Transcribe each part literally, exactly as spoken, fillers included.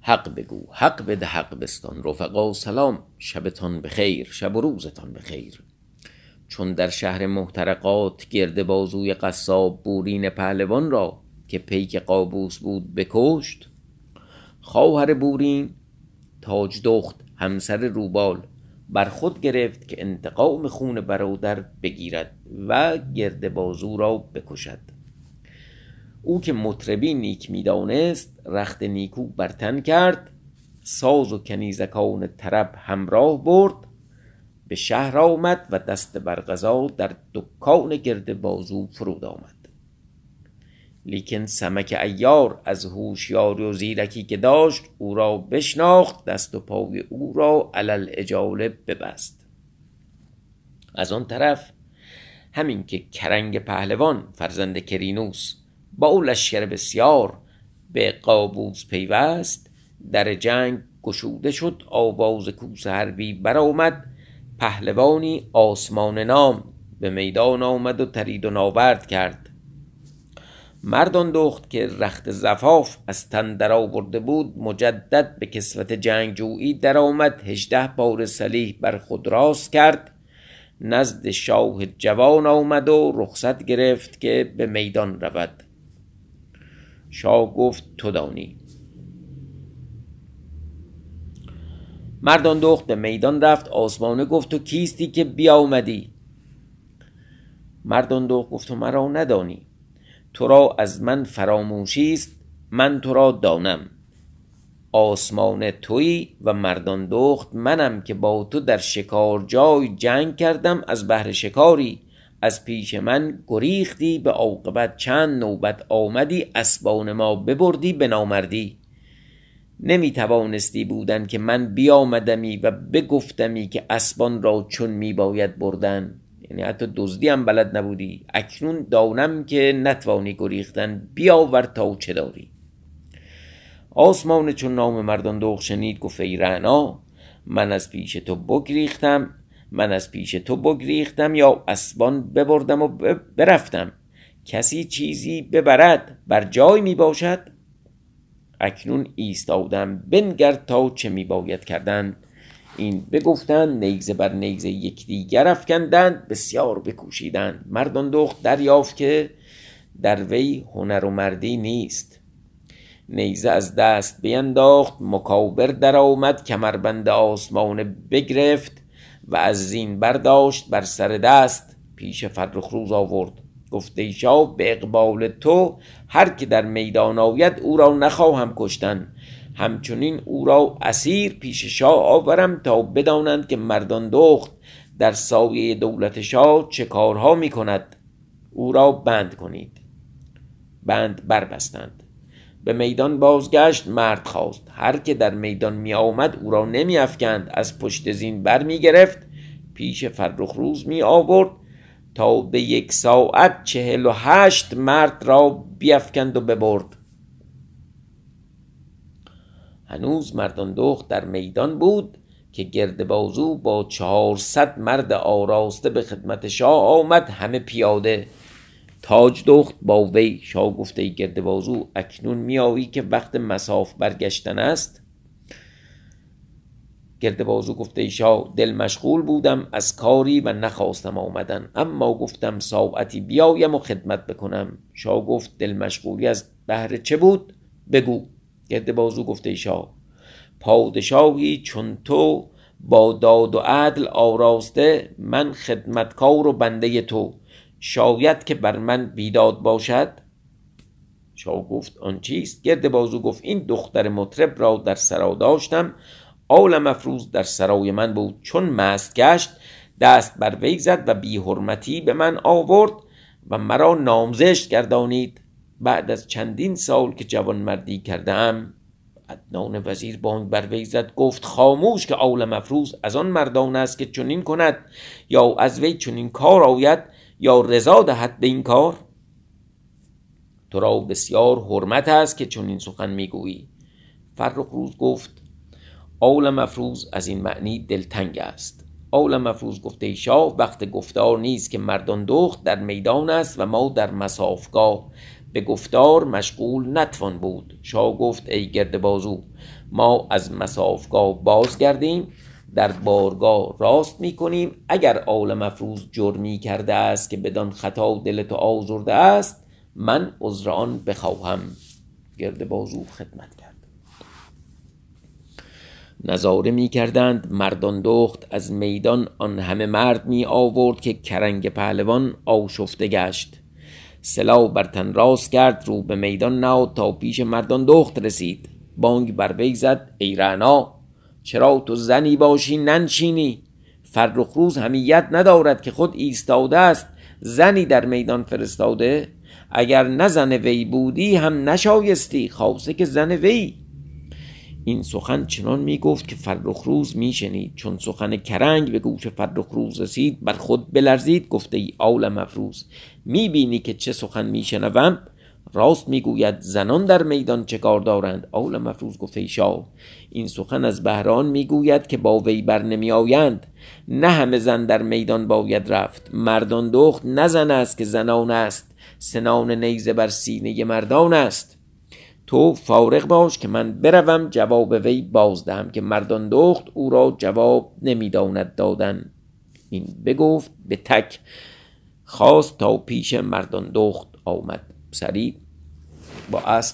حق بگو حق بده حق بستان. رفقا سلام، شبتان بخیر، شب و روزتان بخیر. چون در شهر محترقات گرد بازوی قصاب بورین پهلوان را که پیک قابوس بود بکشت، خواهر بورین تاجدخت همسر روبال بر خود گرفت که انتقام خون برادر بگیرد و گرد بازو را بکشد. او که مطربی نیک میدانست رخت نیکو برتن کرد، ساز و کنیزکان طرب همراه برد. به شهر آمد و دست برقضا در دکان گرد بازو فرود آمد. لیکن سمک عیار از هوشیاری و زیرکی که داشت او را بشناخت، دست و پای او را علل اجاله ببست. از آن طرف همین که کرنگ پهلوان فرزند کرینوس با او لشکر بسیار به قابوس پیوست، در جنگ گشوده شد. آواز کوس حربی برآمد. پهلوانی آسمان نام به میدان آمد و ترید و ناورد کرد. مردان دخت که رخت زفاف از تن در آورده بود مجدد به کسوت جنگجویی در آمد. هجده بار سلیح بر خود راست کرد. نزد شاه جوان آمد و رخصت گرفت که به میدان رود. شاه گفت تو دانی. مردان دخت به میدان رفت. آسمانه گفت تو کیستی که بیامدی؟ مردان دخت گفت تو مرا ندانی. تو را از من فراموشی است، من تو را دانم. آسمان تویی و مردان دخت منم که با تو در شکار جای جنگ کردم. از بهر شکاری از پیش من گریختی، به عاقبت چند نوبت آمدی اسبان ما ببردی به نامردی. نمی توانستی بودن که من بیامدمی و بگفتمی که اسبان را چون می باید بردن، یعنی حتی دزدی هم بلد نبودی. اکنون دانم که نتوانی گریختن، بیاور تا چه داری. آسمان چون نام مردان دخت شنید گفت ای رعنا، من از پیش تو بگریختم من از پیش تو بگریختم یا اسبان ببردم و برفتم. کسی چیزی ببرد بر جای می باشد. اکنون ایستادم بنگر تا چه می باید کردن. این بگفتند نیزه بر نیزه یکدیگر افکندند، بسیار بکوشیدند. مردان دخت دریافت که در وی هنر و مردی نیست. نیزه از دست بینداخت، مکابر در آمد، کمربند آسمانه بگرفت و از زین برداشت بر سر دست پیش فرخ روز آورد. گفت ای شاه، به اقبال تو هر که در میدان آید او را نخواهم کشتن، همچنین او را اسیر پیش شاه آورم تا بدانند که مردان دخت در سایه دولت شاه چه کارها می کند. او را بند کنید. بند بربستند. به میدان بازگشت. مرد خواست هر که در میدان می آمد او را نمی افکند، از پشت زین بر می گرفت پیش فرخ روز می آورد تا به یک ساعت چهل و هشت مرد را بیفکند و ببرد. هنوز مردان دخت در میدان بود که گرد بازو با چهارصد مرد آراسته به خدمت شاه آمد، همه پیاده. تاج دخت با وی. شاه گفت ای گرد بازو، اکنون می آیی که وقت مصاف برگشتن است؟ گرد بازو گفت ای شاه، دل مشغول بودم از کاری و نخواستم آمدن، اما گفتم ساعتی بیایم و خدمت بکنم. شاه گفت دل مشغولی از بهر چه بود؟ بگو. گرد بازو گفت ای شاه، پادشاهی چون تو با داد و عدل آراسته، من خدمتکار و بنده تو، شاید که بر من بیداد باشد؟ شاه گفت آن چیست؟ گرد بازو گفت این دختر مطرب را در سرا داشتم، عالم افروز در سرای من بود. چون مست گشت دست بر وی زد و بی حرمتی به من آورد و مرا نامزشت گردانید. بعد از چندین سال که جوانمردی کردم، عدنان وزیر بانگ بر وی زد گفت خاموش که عالم افروز از آن مردان است که چنین کند یا از وی چنین کار آید یا رضا دهد به این کار. تو را بسیار حرمت است که چنین سخن میگویی. فرخ روز گفت عالم افروز از این معنی دلتنگ است. عالم افروز گفت ای شاه، وقت گفتار نیست که مردان دخت در میدان است و ما در مصافگاه. به گفتار مشغول نتوان بود. شاه گفت ای گرد بازو، ما از مصافگاه باز گردیم، در بارگاه راست می کنیم. اگر آل مفروض جرمی کرده است که بدان خطا دل تو آزرده است، من عذر آن بخواهم. گرد بازو خدمت کرد. نظاره می کردند مردان دخت از میدان، آن همه مرد می آورد که کرنگ پهلوان آشفته گشت. سلاح بر تن راست کرد، رو به میدان نهاد تا پیش مردان دخت رسید. بانگ بر وی زد ای رعنا، چرا تو زنی باشی ننشینی؟ فرخ روز حمیت ندارد که خود ایستاده است، زنی در میدان فرستاده. اگر نه زن وی بودی هم نشایستی، خاصه که زن وی. این سخن چنان می گفت که فرخ روز می شنید. چون سخن کرنگ به گوش فرخ روز رسید، بر خود بلرزید. گفته ای آل مفروز، می بینی که چه سخن می شنوم؟ راست می گوید زنان در میدان چه کار دارند؟ آل مفروز گفته ای شاه، این سخن از بهران می گوید که با وی بر نمی آیند. نه همه زن در میدان باید رفت، مردان دخت نه زن است که زنان است، سنان نیزه بر سینه مردان است. تو فارغ باش که من بروم جواب وی بازدهم، که مردان دخت او را جواب نمیداند دادن. این بگفت به تک خواست تا پیش مردان دخت آمد. سریع با اسب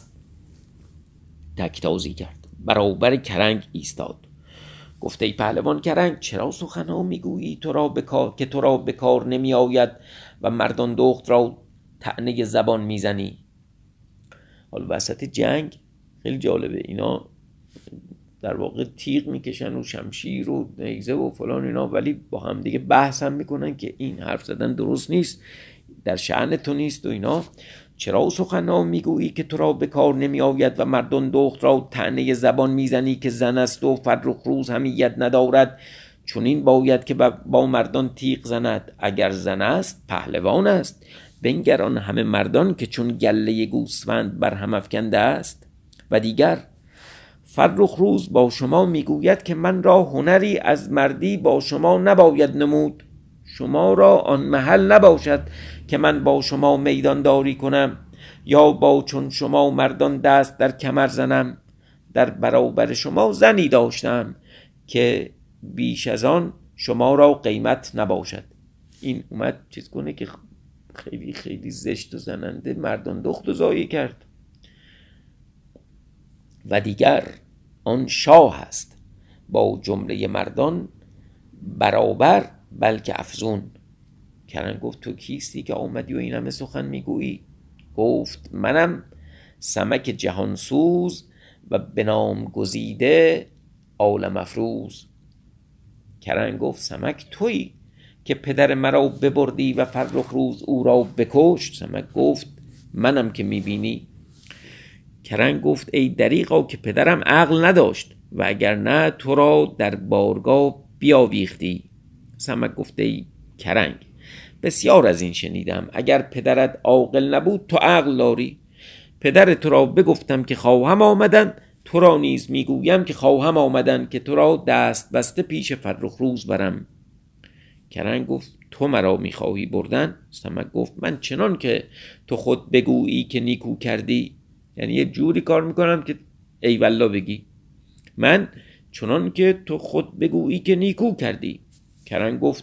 تک تازی کرد، برابر کرنگ ایستاد. گفته ای پهلوان کرنگ، چرا سخنها میگویی تو را بکار که تو را به کار نمی آید و مردان دخت را طعنه زبان میزنی؟ حالا وسط جنگ خیلی جالبه، اینا در واقع تیغ میکشن و شمشیر و نیزه و فلان اینا، ولی با هم دیگه بحث هم میکنن که این حرف زدن درست نیست، در شأن تو نیست و اینا. چرا سخنها میگویی که تو را به کار نمی آید و مردان دخت را طعنه زبان میزنی که زن است و فرخ روز حمیت ندارد؟ چون این باید که با مردان تیغ زند. اگر زن است پهلوان است، بنگر آن همه مردان که چون گله گوسفند بر هم افکنده است. و دیگر فرخ روز با شما میگوید که من را هنری از مردی با شما نباید نمود. شما را آن محل نباشد که من با شما میدان داری کنم، یا با چون شما مردان دست در کمر زنم. در برابر شما زنی داشتم که بیش از آن شما را قیمت نباشد. این اومد چیز کنه که خیلی خیلی زشت و زننده مردان دخت و ضایع کرد. و دیگر آن شاه است با جمله مردان برابر بلکه افزون. کرن گفت تو کیستی که آمدی و این همه سخن میگویی؟ گفت منم سمک جهانسوز و به نام گزیده آل مفروز. کرن گفت سمک تویی که پدر مرا ببردی و فرخ روز او را بکشت؟ سمک گفت منم که میبینی. کرن گفت ای دریغا که پدرم عقل نداشت، و اگر نه تو را در بارگاه بیاویختی. سمک گفت ای کرنگ، بسیار از این شنیدم، اگر پدرت عاقل نبود تو عقل داری. پدر تو را بگفتم که خواهم آمدن، تو را نیز میگویم که خواهم آمدن که تو را دست بسته پیش فرخ روز برم. کرنگ گفت تو مرا میخواهی بردن؟ سمک گفت من چنان که تو خود بگویی که نیکو کردی، یعنی یه جوری کار میکنم که ای والله بگی، من چنان که تو خود بگویی که نیکو کردی. کرنگ گفت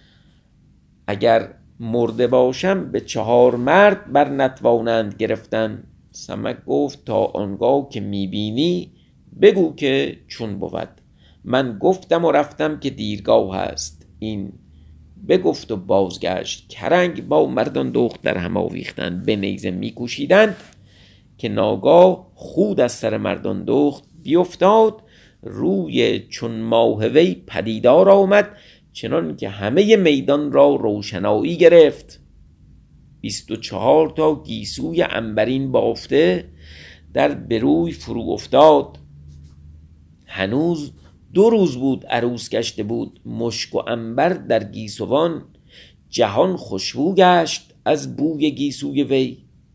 اگر مرده باشم به چهار مرد بر نتوانند گرفتن. سمک گفت تا آنگاه که میبینی بگو که چون بود. من گفتم و رفتم که دیرگاه است. این بگفت و بازگشت. کرنگ با مردان دخت در هم آویختند، به نیزه میکوشیدند که ناگاه خود از سر مردان دخت بیفتاد. روی چون ماه وی پدیدار آمد، چنان که همه میدان را روشنایی گرفت. بیست و چهار تا گیسوی عنبرین بافته در بروی فرو افتاد. هنوز دو روز بود عروس گشته بود. مشک و عنبر در گیسوان، جهان خوشبو گشت از بوی گیسوی وی.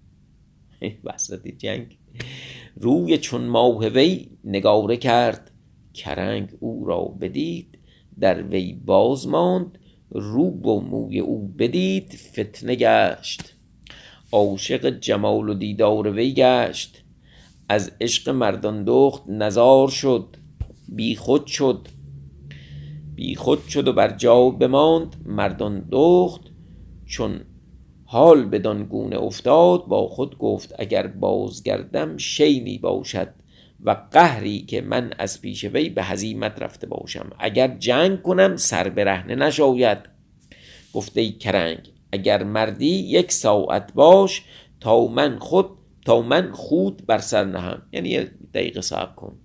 وسط جنگ روی چون ماه وی نگاره کرد. کرنگ او را بدید در وی باز ماند، رو و موی او بدید فتنه گشت. عاشق جمال و دیدار وی گشت. از عشق مردان دخت نزار شد، بی خود شد بی خود شد و بر جا بماند. مردان دخت چون حال بدان گونه افتاد، با خود گفت اگر بازگردم شیمی باشد و قهری که من از پیش وی به هزیمت رفته باشم. اگر جنگ کنم سر برهنه نشاید. گفته ای کرنگ اگر مردی یک ساعت باش، تا من خود تا من خود بر سر نهم. یعنی یه دقیقه صبر کن.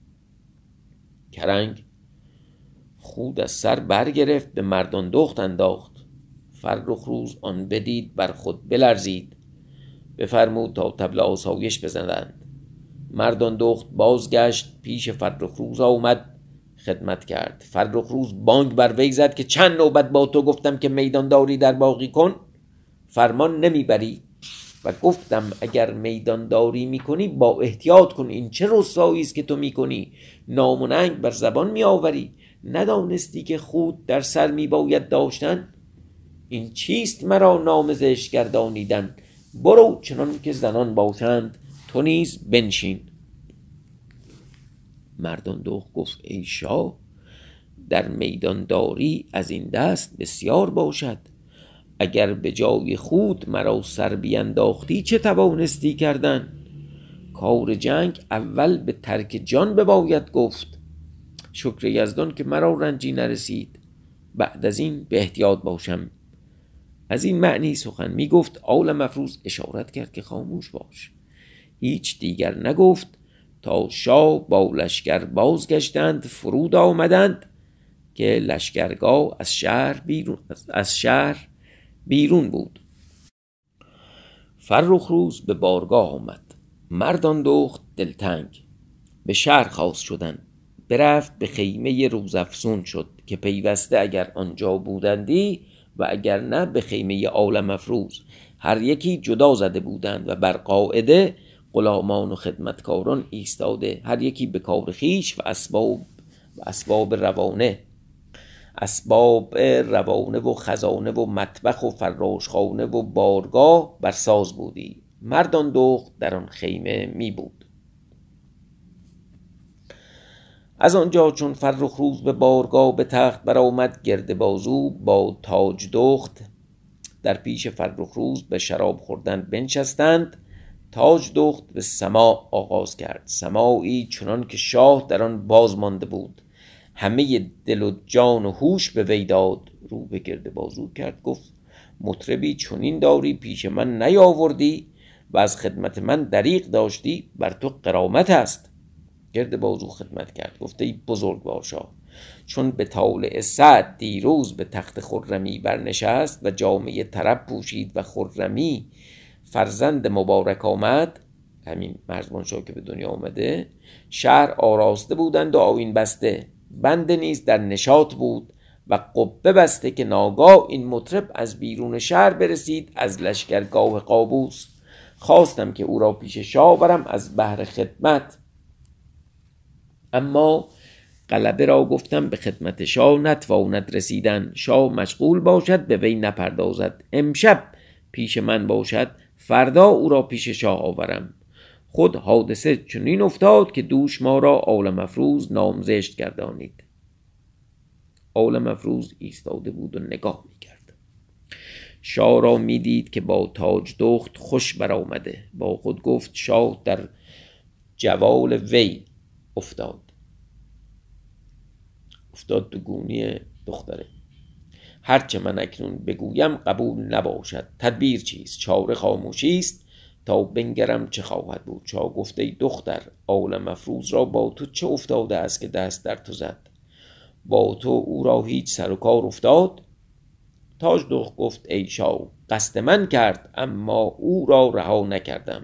کرنگ خود از سر برگرفت، به مردان دخت انداخت. فرخ روز آن بدید بر خود بلرزید، بفرمود تا طبل آسایش بزنند. مردان دخت بازگشت پیش فرخ روز آمد، خدمت کرد. فرخ روز بانگ بر وی زد که چند نوبت با تو گفتم که میدان داری در باغی کن، فرمان نمیبری. و گفتم اگر میدان داری میکنی با احتیاط کن. این چه رسوایی است که تو میکنی؟ نام و ننگ بر زبان میآوری. ندانستی که خود در سر میباید داشتن؟ این چیست مرا نام زشت گردانیدن؟ برو چنان که زنان باشند تو نیز بنشین. مردان دخت گفت ای شاه، در میدان داری از این دست بسیار باشد. اگر به جای خود مرا سر بینداختی چه توانستی کردن؟ کار جنگ اول به ترک جان بباید گفت. شکر یزدان که مرا رنجی نرسید. بعد از این به احتیاط باشم. از این معنی سخن می گفت. آل مفروز اشارت کرد که خاموش باش. هیچ دیگر نگفت تا شاه با لشکر بازگشتند. فرود آمدند که لشکرگاه از شهر بیرون از شهر بیرون بود. فرخ روز به بارگاه آمد. مردان دخت دلتنگ به شهر خواست شدن. برفت به خیمه روزافزون شد که پیوسته اگر آنجا بودندی و اگر نه به خیمه آل مفروز. هر یکی جدا زده بودند و بر قاعده غلامان و خدمتکاران ایستاده، هر یکی به کار خویش و اسباب و اسباب روانه اسباب روانه و خزانه و مطبخ و فراشخانه و بارگاه بر ساز بودی. مردان دخت در آن خیمه می بود. از آنجا چون فرخ روز به بارگاه به تخت برآمد، گرد بازو با تاج دخت در پیش فرخ روز به شراب خوردن بنشستند. تاج دخت به سماع آغاز کرد. سماعی چنان که شاه در آن باز مانده بود. همه دل و جان و هوش به وی داد. رو به گرد بازو کرد گفت مطربی چنین داری پیش من نیاوردی و از خدمت من دریغ داشتی، بر تو غرامت است. گرد بازو خدمت کرد گفته ای بزرگوار شاه، چون به طالع سعد دیروز به تخت خرمی برنشست و جامه طرب پوشید و خرمی فرزند مبارک آمد، همین مرزبان شاه که به دنیا آمده، شهر آراسته بودند و آیین بسته، بنده نیز در نشاط بود و قبه بسته که ناگاه این مطرب از بیرون شهر برسید از لشکرگاه قابوس. خواستم که او را پیش شاه برم از بهر خدمت، اما غلبه را گفتم به خدمت شاه نتواند رسیدن. شاه مشغول باشد به وی نپردازد. امشب پیش من باشد، فردا او را پیش شاه آورم. خود حادثه چنین افتاد که دوش ما را آل مفروز نامزشت گردانید. آل مفروز ایستاده بود و نگاه میکرد. شاه را میدید که با تاج دخت خوش برآمده. با خود گفت شاه در جوال وی افتاد افتاد تو گونی دختره. هرچه من اکنون بگویم قبول نباشد. تدبیر چیست؟ چاره خاموشی است تا بنگرم چه خواهد بود. شاه گفته ای دختر، آل مفروز را با تو چه افتاده است که دست در تو زد؟ با تو او را هیچ سر و کار افتاد؟ تاج دخت گفت ای شاه، قصد من کرد اما او را رها نکردم.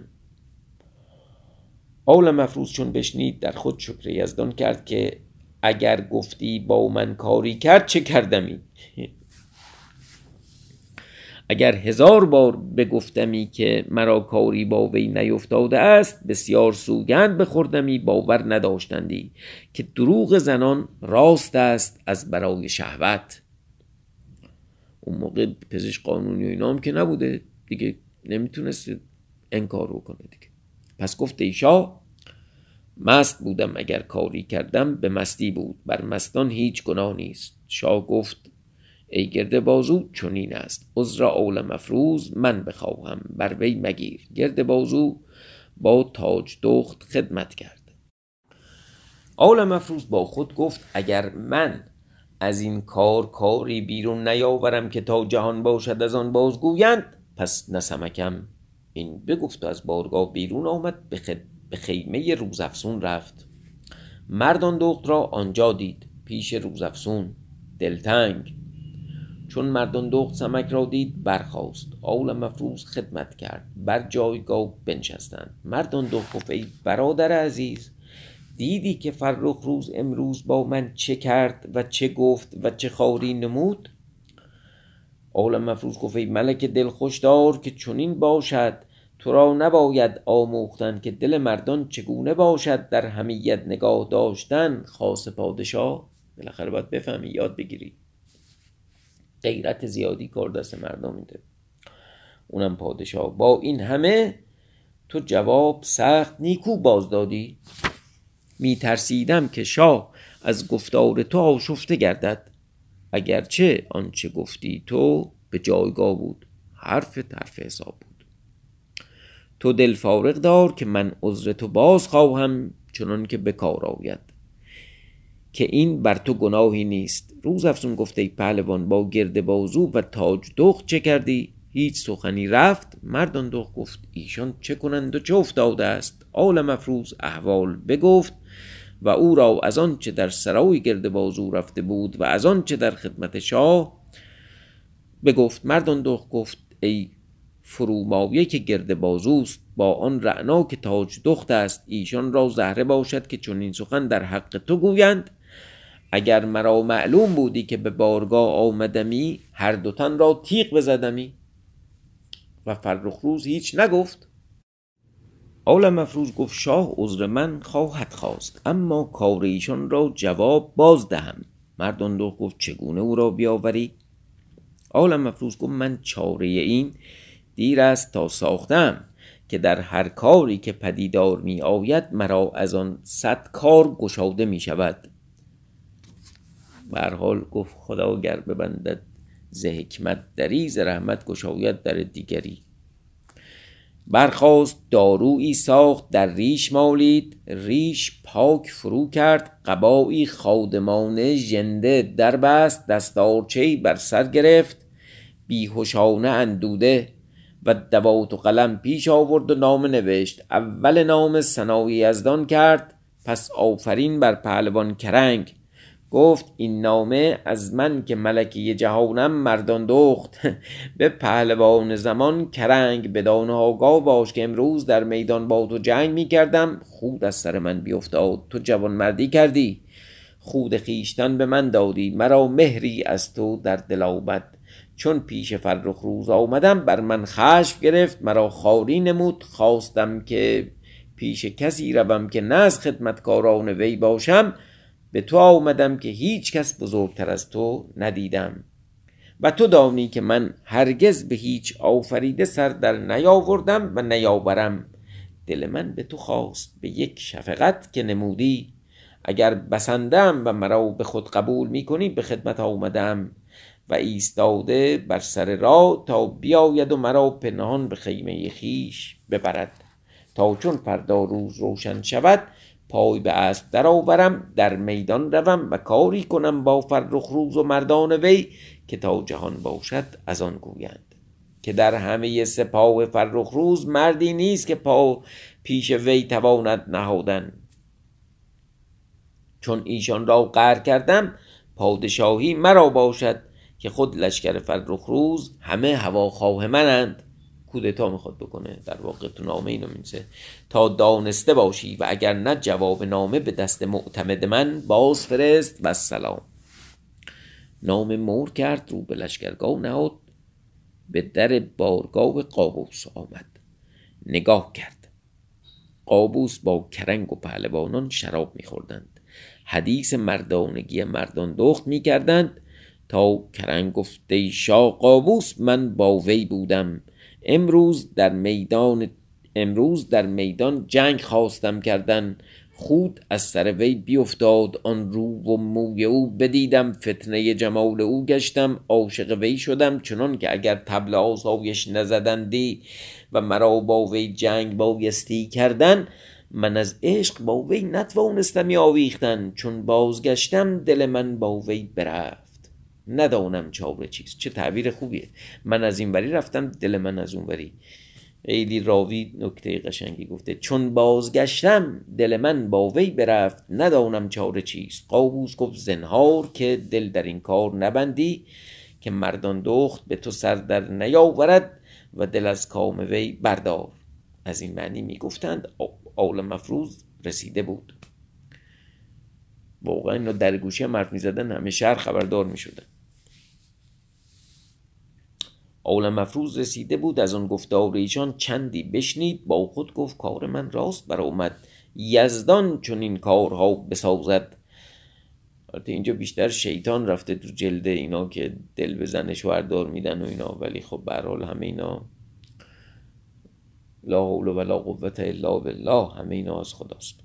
آل مفروز چون بشنید در خود شکر یزدان کرد که اگر گفتی با من کاری کرد چه کردمی؟ اگر هزار بار بگفتمی که مرا کاری با وی نیفتاده است، بسیار سوگند بخوردمی باور نداشتندی که دروغ زنان راست است از برای شهوت. اون موقع پزشک قانونی و اینا هم که نبوده دیگه، نمیتونست انکار کنه دیگه. پس گفت ای شاه مست بودم اگر کاری کردم به مستی بود، بر مستان هیچ گناه نیست. شاه گفت ای گرد بازو چنین است، عذر آل مفروز من بخواهم بر وی مگیر. گرد بازو با تاج دخت خدمت کرد. آل مفروز با خود گفت اگر من از این کار کاری بیرون نیاورم که تا جهان باشد از آن بازگویند، پس نسمکم. این بگفت و از بارگاه بیرون آمد، به, خد... به خیمه روزافزون رفت. مردان دخت را آنجا دید پیش روزافزون دلتنگ. چون مردان دخت سمک را دید برخاست، آل مفروز خدمت کرد، بر جایگاه بنشستند. مردان دخت گفت ای برادر عزیز، دیدی که فرخ روز امروز با من چه کرد و چه گفت و چه خواری نمود؟ آل مفروز گفت ای ملک دل خوشدار که چنین باشد، تو را نباید آموختن که دل مردان چگونه باشد در حمیت نگاه داشتن. خاص پادشاه بالاخره باید بفهمی، یاد بگیری. غیرت زیادی کار دست مردم میده، اونم پادشاه. با این همه تو جواب سخت نیکو باز دادی. می ترسیدم که شاه از گفتار تو آشفته گردد، اگرچه آنچه گفتی تو به جایگاه بود، حرف طرف حساب بود. تو دل فارغ دار که من عذر تو باز خواهم چنان که به کار آید، که این بر تو گناهی نیست. روزافزون گفت ای پهلوان با گرد بازو و تاج دخت چه کردی؟ هیچ سخنی رفت. مردان دخت گفت ایشان چه کنند و چه افتاده است؟ آل مفروز احوال بگفت و او را از آن چه در سرای گرد بازو رفته بود و از آن چه در خدمت شاه بگفت. مردان دخت گفت ای فرومایه که گرد بازوست با آن رعنا که تاج دخت است، ایشان را زهره باشد که چنین سخن در حق تو گویند. اگر مرا معلوم بودی که به بارگاه آمدمی، هر دوتن را تیغ بزدمی. و فرخ روز هیچ نگفت. آل مفروز گفت شاه عذر من خواهد خواست، اما کار ایشان را جواب باز دهم. مردان دخت گفت چگونه او را بیاوری؟ آل مفروز گفت من چاره این دیر است تا ساختم، که در هر کاری که پدیدار می آید مرا از آن صد کار گشاده می شود. به هر حال گفت خدا گر ببندد ز حکمت دری، ز رحمت گشاید در دیگری. برخاست دارویی ساخت در ریش مالید، ریش پاک فرو کرد قبایی خادمانه ژنده در بست. دستارچه‌ای بر سر گرفت بیهوشانه اندوده، و دوات و قلم پیش آورد و نامه نوشت. اول نامه ثنای یزدان کرد، پس آفرین بر پهلوان کرنگ. گفت این نامه از من که ملکه جهانم مردان دخت، به پهلوان زمان کرنگ. بدان آگاه باش که امروز در میدان با تو جنگ می کردم، خود از سر من بیفتاد. تو جوان مردی کردی، خود خیشتن به من دادی، مرا مهری از تو در دل آمد. چون پیش فرخ روز آمدم بر من خشم گرفت، مرا خواری نمود. خواستم که پیش کسی روم که نه از خدمتکاران وی باشم، به تو آمدم که هیچ کس بزرگتر از تو ندیدم. و تو دانی که من هرگز به هیچ آفریده سر در نیاوردم و نیاورم. دل من به تو خواست به یک شفقت که نمودی، اگر بسندم و مرا به خود قبول می کنی به خدمت آمدم. و ایستاده بر سر راه تا بیاید و مرا پنهان به خیمه خیش ببرد، تا چون فردا روز روشن شود پای به اسب در آورم، در میدان روم و کاری کنم با فرخ روز و مردان وی، که تا جهان باشد از آن گویند. که در همه سپاه فرخ روز مردی نیست که پا پیش وی تواند نهادن. چون ایشان را قهر کردم پادشاهی مرا باشد، که خود لشکر فرخ روز همه هواخواه منند. کودتا میخواد بکنه در واقع، تو نامه اینو می‌نویسه تا دانسته باشی، و اگر نه جواب نامه به دست معتمد من باز فرست و سلام. نامه مهر کرد، رو به لشکرگاه نهاد، به در بارگاه قابوس آمد. نگاه کرد، قابوس با کرنگ و پهلوانان شراب میخوردند، حدیث مردانگی مردان دخت میکردند. تا کرنگ گفت ای شاه قابوس من با وی بودم، امروز در میدان امروز در میدان جنگ خواستم کردن، خود از سر وی بیفتاد آن رو و موی او. بدیدم فتنه جمال او گشتم، عاشق وی شدم چنان که اگر طبل آسایش نزدندی و مرا با وی جنگ بایستی کردن، من از عشق با وی نتوانستمی آویختن. چون بازگشتم دل من با وی برفت، ندانم چاره چیست. چه تعبیر خوبیه. من از این وری رفتم، دل من از اون وری. خیلی راوی نکته قشنگی گفته. چون بازگشتم دل من با وی برفت، ندانم چاره چیست. قابوس گفت زنهار که دل در این کار نبندی، که مردان دخت به تو سر در نیاورد و دل از کام وی بردار. از این معنی میگفتند آل مفروض رسیده بود. واقعا اینا در گوشی هم حرف میزدن، همه شهر خبردار میشدن. آل مفروض رسیده بود، از آن گفتار ایشان چندی بشنید. با خود گفت کار من راست برآمد، یزدان چون این کارها بسازد. البته اینجا بیشتر شیطان رفته تو جلد اینا که دل بزنه شوهردار میدن و اینا، ولی خب به هر حال همه اینا لا حول ولا قوة الا بالله، همه اینا از خداست.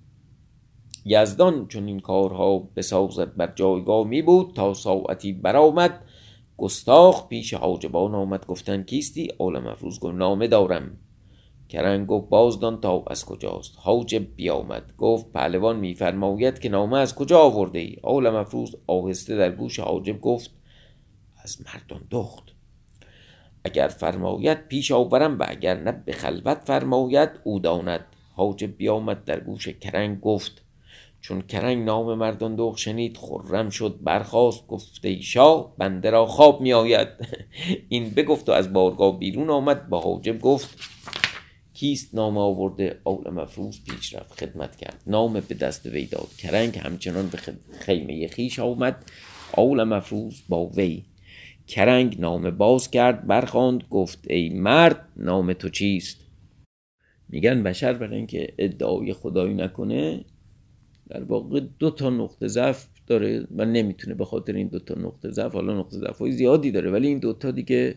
یزدان چون این کارها بسازد بر جایگاه می بود، تا ساعتی برآمد گستاخ پیش حاجبان آمد. گفتن کیستی؟ آل مفروض گفت نامه دارم. کرنگ گفت بازدان تا از کجاست؟ حاجب بیامد گفت پهلوان میفرماید که نامه از کجا آورده ای؟ آل مفروض آهسته در گوش حاجب گفت از مردان دخت. اگر فرماید پیش آورم و اگر نه به خلوت فرماید او داند. حاجب بیامد در گوش کرنگ گفت. چون کرنگ نام مردان دخت شنید خرم شد، برخاست گفت ای شاه بنده را خواب می آید. این بگفت و از بارگاه بیرون آمد. با حاجب گفت کیست نام آورده؟ آل مفروض پیش رفت خدمت کرد، نام به دست وی داد. کرنگ همچنان به خیمه خیش آمد، آل مفروض با وی. کرنگ نام باز کرد، برخواند گفت ای مرد نام تو چیست؟ میگن بشر برای اینکه ادعای خدایی نکنه در واقع دو تا نقطه ضعف داره و نمیتونه به خاطر این دو تا نقطه ضعف، حالا نقطه ضعف‌های زیادی داره ولی این دو تا دیگه،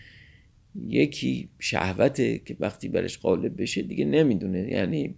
یکی شهوته که وقتی برش غالب بشه دیگه نمیدونه، یعنی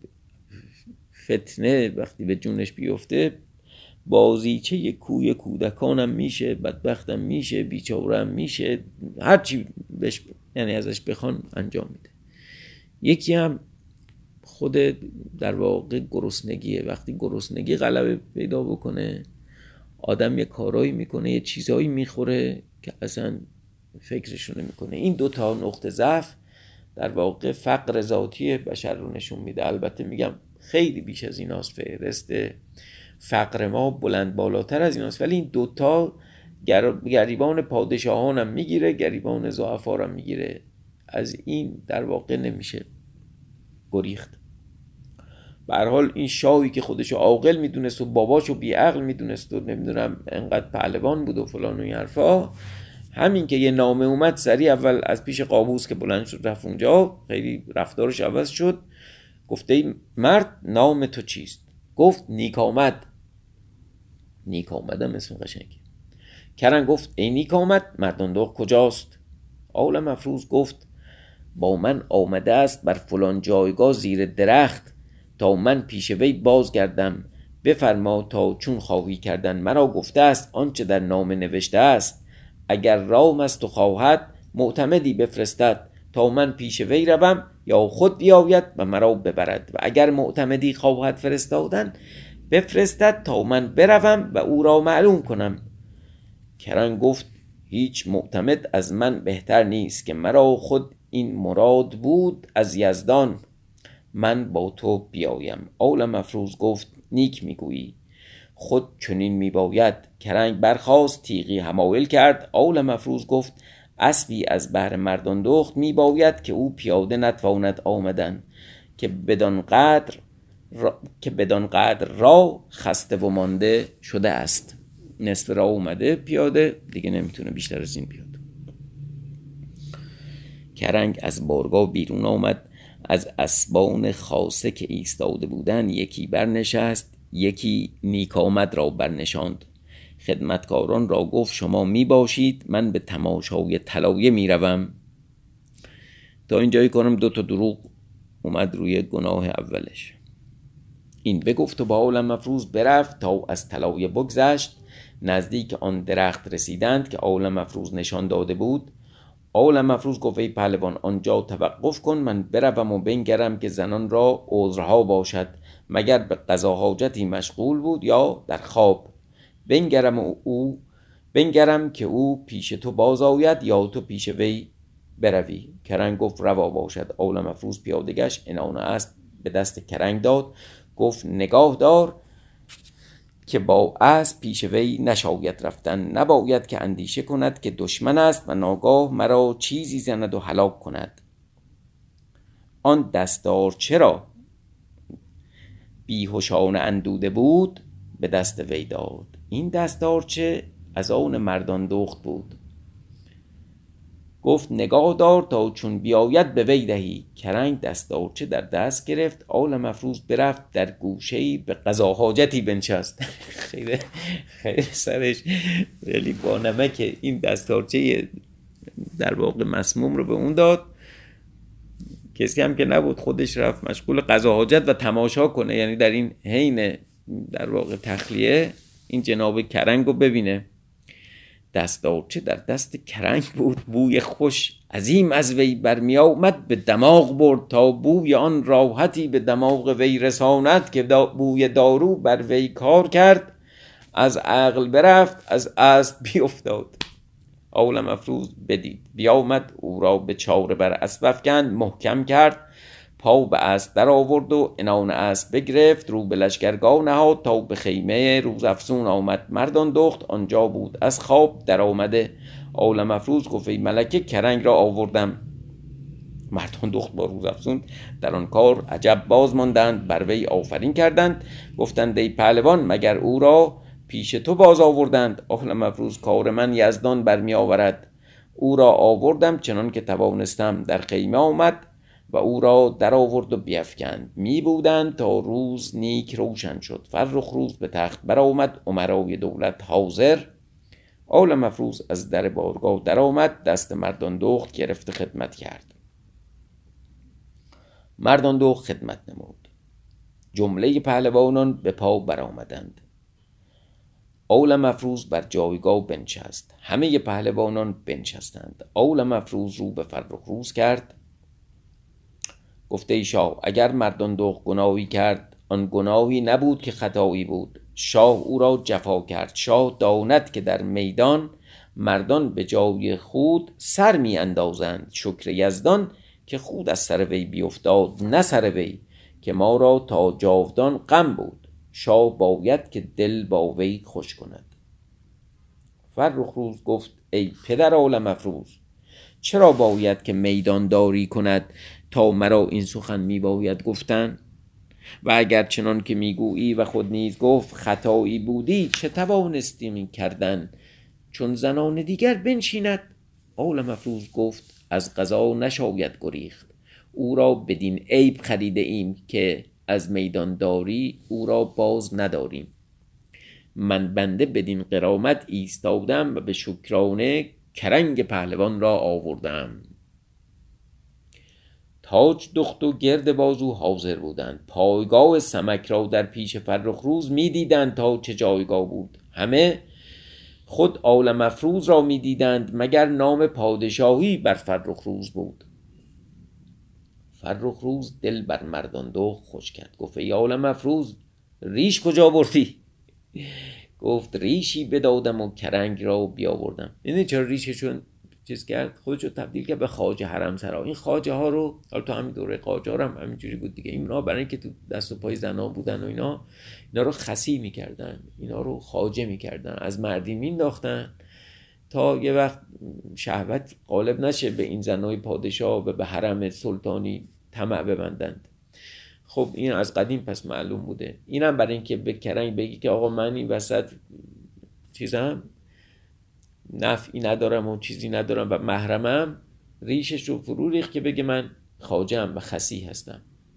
فتنه وقتی به جونش بیفته بازیچه یک کوی کودکانم میشه، بدبختم میشه، بیچاره‌ام میشه، هرچی بهش یعنی ازش بخوان انجام میده. یکی هم خود در واقع گرسنگیه. وقتی گرسنگی غلبه پیدا بکنه آدم یه کارایی میکنه، یه چیزایی میخوره که اصلا فکرشو نمیکنه. این دو تا نقطه ضعف در واقع فقر ذاتی بشر رو نشون میده. البته میگم خیلی بیش از ایناست، فهرست فقر ما بلند بالاتر از ایناست، ولی این دوتا گریبان پادشاهان هم میگیره، گریبان ضعفا هم میگیره. از این در واقع نمیشه گریخت. به هر حال این شاهی که خودشو عاقل میدونست و باباشو بی عقل میدونست و نمیدونم انقدر پهلوان بود و فلان و این حرفا، همین که یه نامه اومد سریع اول از پیش قابوس که بلند شد رفت اونجا، خیلی رفتارش عوض شد. گفته ای مرد نام تو چیست؟ گفت نیک آمد. نیک آمدم اسم قشنگی. کرنگ گفت ای نیک آمد مردان دخت کجاست؟ آل مفروض گفت با من آمده است بر فلان جایگاه زیر درخت، تا من پیش وی بازگردم. بفرما تا چون خواهی کردن. مرا گفته است آنچه در نامه نوشته است، اگر رام است و خواهد معتمدی بفرستد تا من پیش وی روم، یا خود بیاید و مرا ببرد. و اگر معتمدی خواهد فرستادن بفرستد تا من بروم و او را معلوم کنم. کرنگ گفت هیچ معتمد از من بهتر نیست، که مرا خود این مراد بود از یزدان من با تو بیایم. آل مفروض گفت نیک میگویی، خود چنین میباید. کرنگ برخاست تیغی حمایل کرد. آل مفروض گفت اسبی از بهر مردان دخت میباید که او پیاده نتواند آمدن، که بدان قدر را... که بدان قدر را خسته و مانده شده است. نصف راه اومده پیاده، دیگه نمیتونه بیشتر از این بیاد. کرنگ از بارگاه بیرون آمد، از اسبان خاصه که ایستاده بودن یکی برنشست، یکی نیک آمد را برنشاند. خدمتکاران را گفت شما می باشید، من به تماشای طلایه می روم. تا اینجایی کنم دو تا دروغ اومد روی گناه اولش. این بگفت و با عالم مفروز برفت تا از طلایه بگذشت. نزدیک آن درخت رسیدند که عالم مفروز نشان داده بود. عالم مفروز گفت ای پهلوان آنجا توقف کن، من بروم و بنگرم که زنان را عذرها باشد، مگر به قضا حاجتی مشغول بود یا در خواب. بنگرم و او بنگرم که او پیش تو باز آید یا تو پیش وی بروی. کرنگ گفت روا باشد. عالم مفروز پیاده گشت، عنان اسب به دست کرنگ داد، گفت نگاه دار که با اسب پیش وی نشاید رفتن، نباید که اندیشه کند که دشمن است و ناگاه مرا چیزی زند و هلاک کند. آن دستار چرا بیهوشانه اندوده بود به دست وی داد. این دستارچه از آن مردان دخت بود. گفت نگاه دار تا چون بیاید به وی دهی. کرنگ دستارچه در دست گرفت. عالم مفروز برفت در گوشه‌ای به قضا حاجتی بنشست. خیلی خیلی سرش خیلی با نمک. این دستارچه در واقع مسموم رو به اون داد. کسی هم که نبود، خودش رفت مشغول قضا حاجت و تماشا کنه، یعنی در این حین در واقع تخلیه این جناب کرنگ رو ببینه. دستارچه در دست کرنگ بود. بوی خوش عظیم از وی برمی آمد به دماغ برد، تا بوی آن راحتی به دماغ وی رساند که دا بوی دارو بر وی کار کرد. از عقل برفت، از اسب بیفتاد. عالم مفروز بدید بیامد، او را به چاره بر اسب افکند، محکم کرد، پا به اسب در آورد و عنان اسب بگرفت، رو به لشکرگاه نهاد تا به خیمه روزافزون آمد. مردان دخت آنجا بود از خواب در آمده. عالم مفروز گفت ای ملکه کرنگ را آوردم. مردان دخت با روزافزون در آن کار عجب باز ماندند، بر وی آفرین کردند. گفتند ای پهلوان مگر او را پیش تو باز آوردند؟ عالم مفروز کار من یزدان برمی آورد. او را آوردم چنان که توانستم. در خیمه آمد و او را در آورد و بیفکند. می بودند تا روز نیک روشن شد. فرخ روز به تخت برآمد، امرای دولت حاضر. عالم مفروز از در بارگاه در آمد، دست مردان دخت گرفته خدمت کرد. مردان دخت خدمت نمود. جمله پهلوانان به پا برآمدند. عالم مفروز بر جایگاه بنشست. همه پهلوانان بنشستند. عالم مفروز رو به فرخ روز کرد. گفته ای شاه اگر مردان دخت گناهی کرد، آن گناهی نبود که خطایی بود. شاه او را جفا کرد. شاه داند که در میدان مردان به جای خود سر می اندازند. شکر یزدان که خود از سر وی بیفتاد، نه سر وی که ما را تا جاودان غم بود. شاه باید که دل با وی خوش کند. فرخ روز گفت ای پدر عالم مفروز، چرا باید که میدان داری کند تا مرا این سخن می باید گفتن؟ و اگر چنان که میگویی و خود نیز گفت خطایی بودی، چه توانستی کردن چون زنان دیگر بنشیند؟ عالم مفروز گفت از قضا نشاید گریخت. او را بدین عیب خریده ایم که از میدان داری او را باز نداریم. من بنده بدین غرامت ایستادم و به شکرانه کرنگ پهلوان را آوردم. تاج دخت و گرد بازو حاضر بودند. پایگاه سمک را در پیش فرخ روز می دیدند تا چه جایگاه بود. همه خود عالم مفروز را می دیدند مگر نام پادشاهی بر فرخ روز بود. فرخ روز دل بر مردان دخت خوش کرد. گفت ای عالم مفروز ریش کجا بردی؟ گفت ریشی بدادم و کرنگ را بیاوردم. یعنی چرا ریششون چیز کرد؟ خودشو تبدیل کرد به خواجه حرم سرا. این خواجه ها رو حالا تو همین دوره قاجار هم همینجوری بود دیگه. اینا برای اینکه تو دست و پای زنا بودن و اینا اینا رو خسی میکردن، اینا رو خواجه میکردن، از مردی مینداختن تا یه وقت شهوت غالب نشه به این زنای پادشاه و به حرم سلطانی طمع ببندند. خب این از قدیم پس معلوم بوده. اینم برای اینکه به کرنگ بگی که آقا من این وسط چیزم نفعی ندارم و چیزی ندارم و محرمم، ریشش رو فرو ریخت که بگه من خواجه‌ام و خسی هستم.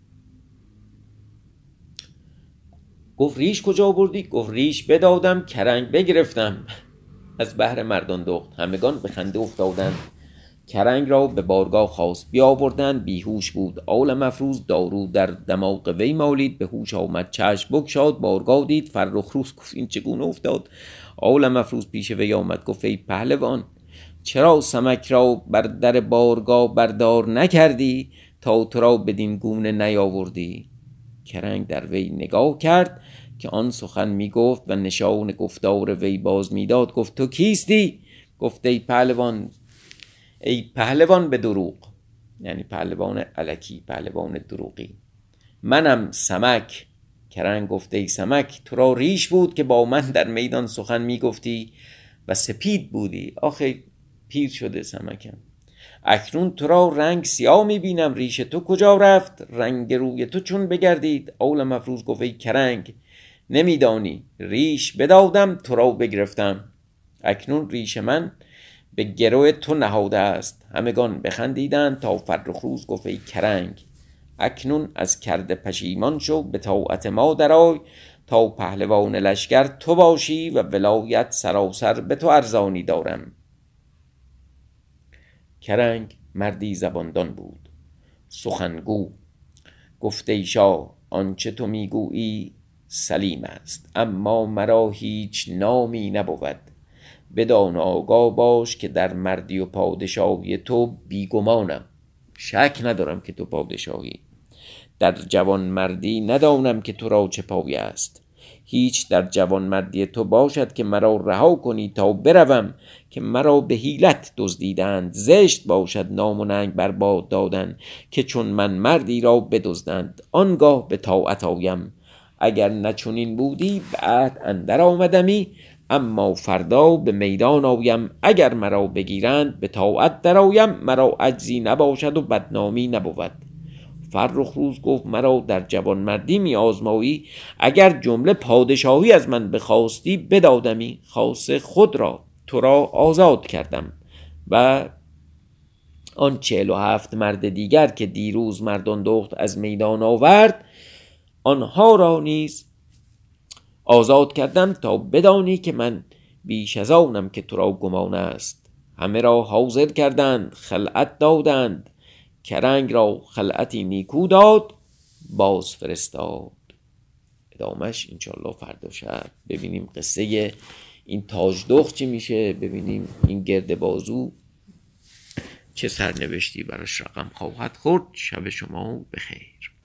گفت ریش کجا بردی؟ گفت ریش بدادم کرنگ بگرفتم. از بحر مردان دخت همگان به خنده افتادند. کرنگ را به بارگاه خواست، بیاوردند بیهوش بود. آل مفروز دارو در دماغ وی مالید، به هوش آمد چشم بگشاد، بارگاه دید فرخ روز. گفت این چگونه افتاد؟ آل مفروز پیش وی آمد، گفت ای پهلوان چرا سمک را بر در بارگاه بردار نکردی تا تو را بدین گونه نیاوردی؟ کرنگ در وی نگاه کرد که آن سخن می گفت و نشان گفتار وی باز می داد. گفت تو کیستی؟ گفت ای پهلوان ای پهلوان به دروغ، یعنی پهلوان الکی، پهلوان دروغی. منم سمک. کرنگ گفت ای سمک تو را ریش بود که با من در میدان سخن می گفتی و سپید بودی. آخه پیر شده سمکم. اکنون تو را رنگ سیاه می بینم، ریش تو کجا رفت؟ رنگ روی تو چون بگردید؟ آل مفروز گفت ای کرنگ نمیدانی ریش بدادم تو را بگرفتم، اکنون ریش من به گرو تو نهاده است. همگان بخندیدند تا فرخ روز گفت ای کرنگ اکنون از کرده پشیمان شو، به طاعت ما درآی تا پهلوان لشکر تو باشی و ولایت سراسر به تو ارزانی دارم. کرنگ مردی زباندان بود سخنگو، گفت ای شاه آنچه تو میگویی سلیم است، اما مرا هیچ نامی نبود. بدان آگاه باش که در مردی و پادشاهی تو بیگمانم، شک ندارم که تو پادشاهی. در جوان مردی ندانم که تو را چه پای است، هیچ در جوان مردی تو باشد که مرا رها کنی تا بروم، که مرا به حیلت دزدیدند. زشت باشد نام و ننگ بر باد دادن، که چون من مردی را بدزدند. آنگاه به طاعت آیم، اگر نچنین بودی به عهد اندر آمدمی، اما فردا به میدان آیم. اگر مرا بگیرند به طاعت درآیم، مرا عجزی نباشد و بدنامی نبود. فرخ روز گفت مرا در جوان مردی می آزمایی، اگر جمله پادشاهی از من بخواستی بدادمی. خاصه خود را تو را آزاد کردم و آن چهل و هفت مرد دیگر که دیروز مردان دخت از میدان آورد آنها را نیز آزاد کردم، تا بدانی که من بیش از آنم که تو را گمان است. همه را حاضر کردند خلعت دادند، کرنگ را خلعتی نیکو داد باز فرستاد. ادامش انشالله فردا شب ببینیم قصه این تاجدخت چی میشه، ببینیم این گرد بازو چه سرنوشتی براش رقم خواهد خورد. شب شما بخیر.